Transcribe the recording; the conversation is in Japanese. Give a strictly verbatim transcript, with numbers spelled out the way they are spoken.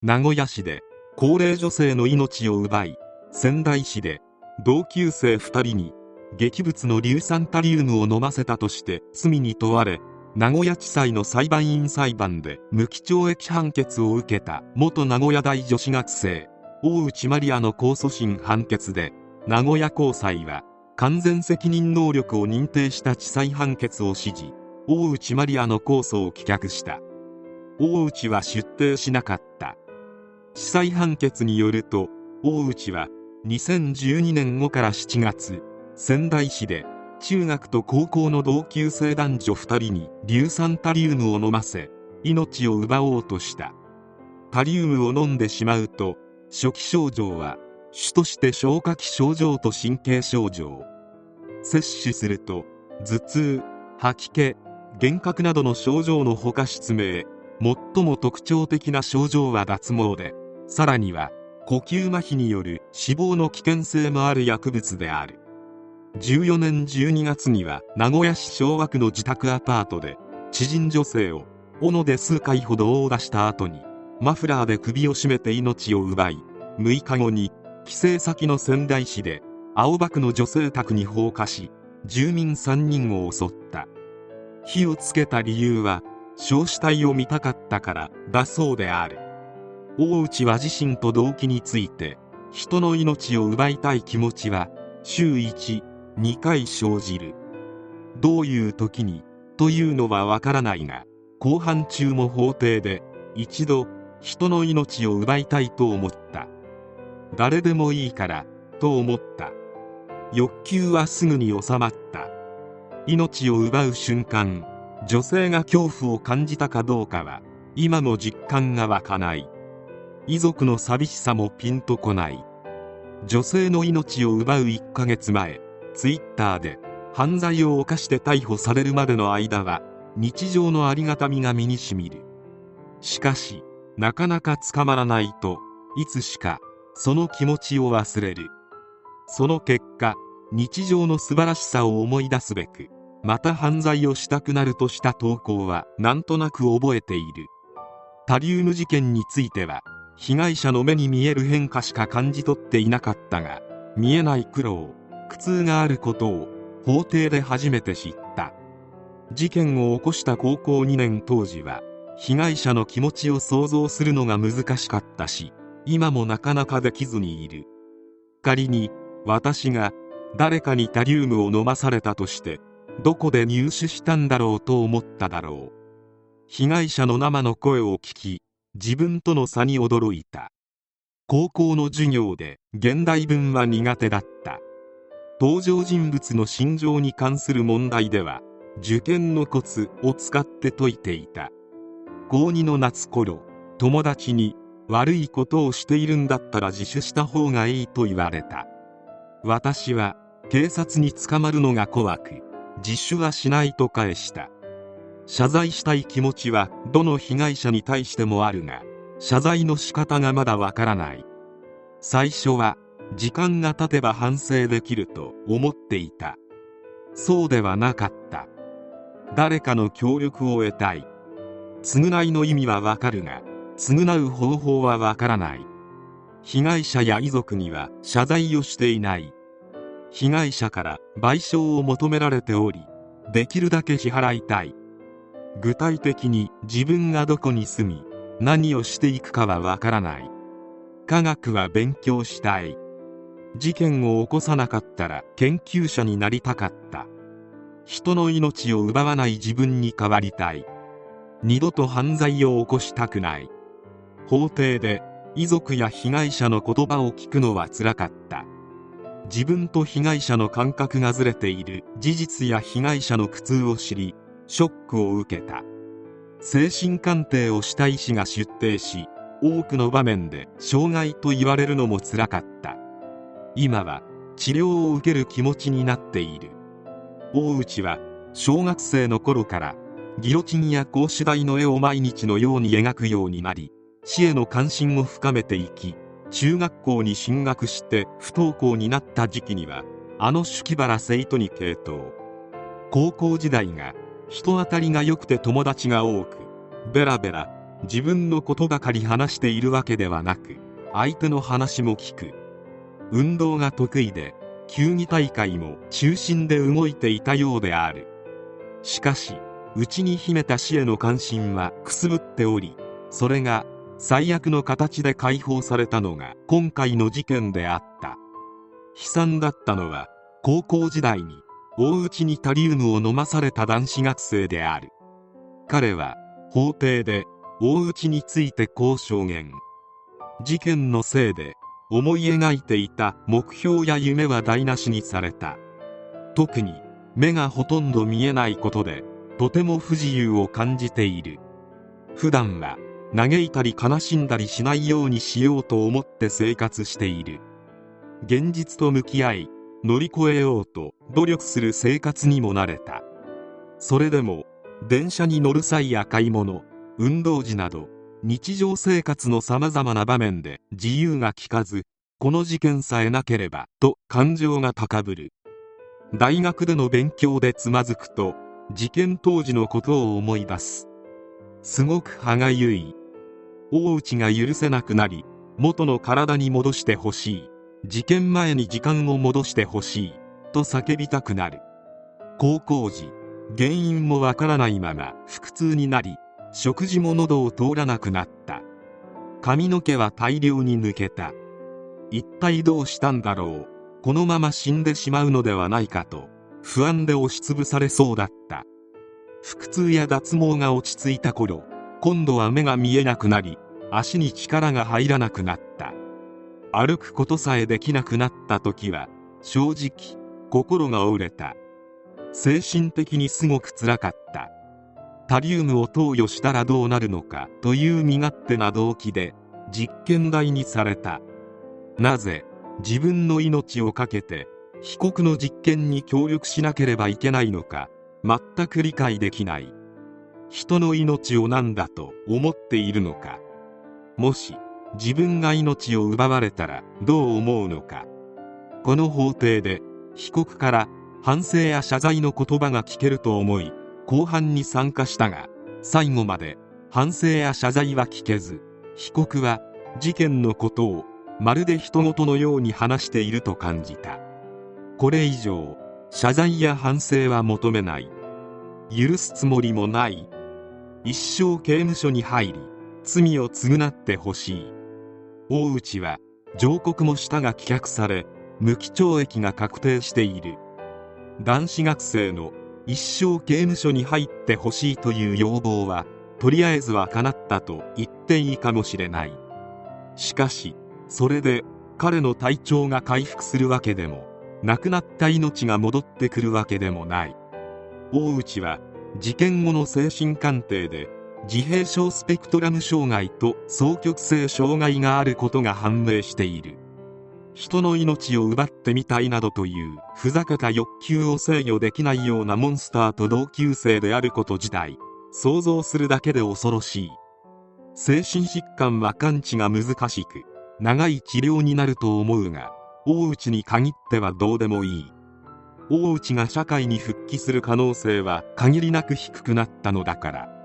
名古屋市で高齢女性の命を奪い、仙台市で同級生ふたりに劇物の硫酸タリウムを飲ませたとして罪に問われ、名古屋地裁の裁判員裁判で無期懲役判決を受けた元名古屋大女子学生大内マリアの控訴審判決で、名古屋高裁は完全責任能力を認定した地裁判決を支持、大内マリアの控訴を棄却した。大内は出廷しなかった。地裁判決によると、大内はにせんじゅうにねんごからしちがつ、仙台市で中学と高校の同級生男女ふたりに硫酸タリウムを飲ませ命を奪おうとした。タリウムを飲んでしまうと、初期症状は主として消化器症状と神経症状、摂取すると頭痛、吐き気、幻覚などの症状のほか失明、最も特徴的な症状は脱毛で、さらには呼吸麻痺による死亡の危険性もある薬物である。じゅうよねんじゅうにがつには名古屋市昭和区の自宅アパートで知人女性を斧で数回ほど殴打した後にマフラーで首を絞めて命を奪い、むいかごに帰省先の仙台市で青葉区の女性宅に放火し、住民さんにんを襲った。火をつけた理由は焼死体を見たかったからだそうである。大内は自身と動機について、人の命を奪いたい気持ちは週いち、にかい生じる。どういう時にというのはわからないが、公判中も法廷で一度人の命を奪いたいと思った。誰でもいいからと思った。欲求はすぐに収まった。命を奪う瞬間、女性が恐怖を感じたかどうかは今も実感が湧かない。遺族の寂しさもピンとこない。女性の命を奪ういっかげつまえ、ツイッターで犯罪を犯して逮捕されるまでの間は日常のありがたみが身にしみる。しかしなかなか捕まらないと、いつしかその気持ちを忘れる。その結果、日常の素晴らしさを思い出すべくまた犯罪をしたくなるとした投稿はなんとなく覚えている。タリウム事件については被害者の目に見える変化しか感じ取っていなかったが、見えない苦労、苦痛があることを法廷で初めて知った。事件を起こした高校にねん当時は被害者の気持ちを想像するのが難しかったし、今もなかなかできずにいる。仮に私が誰かにタリウムを飲まされたとして、どこで入手したんだろうと思っただろう。被害者の生の声を聞き、自分との差に驚いた。高校の授業で現代文は苦手だった。登場人物の心情に関する問題では受験のコツを使って解いていた。高にの夏頃、友達に悪いことをしているんだったら自首した方がいいと言われた。私は警察に捕まるのが怖く自首はしないと返した。謝罪したい気持ちはどの被害者に対してもあるが、謝罪の仕方がまだわからない。最初は時間が経てば反省できると思っていた。そうではなかった。誰かの協力を得たい。償いの意味はわかるが、償う方法はわからない。被害者や遺族には謝罪をしていない。被害者から賠償を求められており、できるだけ支払いたい。具体的に自分がどこに住み何をしていくかはわからない。科学は勉強したい。事件を起こさなかったら研究者になりたかった。人の命を奪わない自分に変わりたい。二度と犯罪を起こしたくない。法廷で遺族や被害者の言葉を聞くのはつらかった。自分と被害者の感覚がずれている事実や被害者の苦痛を知り、ショックを受けた。精神鑑定をした医師が出廷し、多くの場面で障害と言われるのもつらかった。今は治療を受ける気持ちになっている。大内は小学生の頃からギロチンや格子台の絵を毎日のように描くようになり、死への関心を深めていき、中学校に進学して不登校になった時期にはあの手記原生徒に傾倒。高校時代が人当たりが良くて友達が多く、ベラベラ自分のことばかり話しているわけではなく、相手の話も聞く。運動が得意で球技大会も中心で動いていたようである。しかし内に秘めた死への関心はくすぶっており、それが最悪の形で解放されたのが今回の事件であった。悲惨だったのは、高校時代に大内にタリウムを飲まされた男子学生である。彼は法廷で大内についてこう証言。事件のせいで思い描いていた目標や夢は台無しにされた。特に目がほとんど見えないことでとても不自由を感じている。普段は嘆いたり悲しんだりしないようにしようと思って生活している。現実と向き合い乗り越えようと努力する生活にも慣れた。それでも電車に乗る際や買い物、運動時など日常生活のさまざまな場面で自由が利かず、この事件さえなければと感情が高ぶる。大学での勉強でつまずくと事件当時のことを思い出す。すごく歯がゆい。大内が許せなくなり元の体に戻してほしい。事件前に時間を戻してほしいと叫びたくなる。高校時、原因もわからないまま腹痛になり、食事も喉を通らなくなった。髪の毛は大量に抜けた。一体どうしたんだろう。このまま死んでしまうのではないかと不安で押しつぶされそうだった。腹痛や脱毛が落ち着いた頃、今度は目が見えなくなり、足に力が入らなくなった。歩くことさえできなくなった時は正直心が折れた。精神的にすごくつらかった。タリウムを投与したらどうなるのかという身勝手な動機で実験台にされた。なぜ自分の命を懸けて被告の実験に協力しなければいけないのか全く理解できない。人の命を何だと思っているのか。もし自分が命を奪われたらどう思うのか。この法廷で被告から反省や謝罪の言葉が聞けると思い公判に参加したが、最後まで反省や謝罪は聞けず、被告は事件のことをまるで人事のように話していると感じた。これ以上謝罪や反省は求めない。許すつもりもない。一生刑務所に入り罪を償ってほしい。大内は上告もしたが棄却され、無期懲役が確定している。男子学生の一生刑務所に入ってほしいという要望はとりあえずは叶ったと言っていいかもしれない。しかしそれで彼の体調が回復するわけでも、亡くなった命が戻ってくるわけでもない。大内は事件後の精神鑑定で自閉症スペクトラム障害と双極性障害があることが判明している。人の命を奪ってみたいなどというふざけた欲求を制御できないようなモンスターと同級生であること自体、想像するだけで恐ろしい。精神疾患は完治が難しく、長い治療になると思うが、大内に限ってはどうでもいい。大内が社会に復帰する可能性は限りなく低くなったのだから。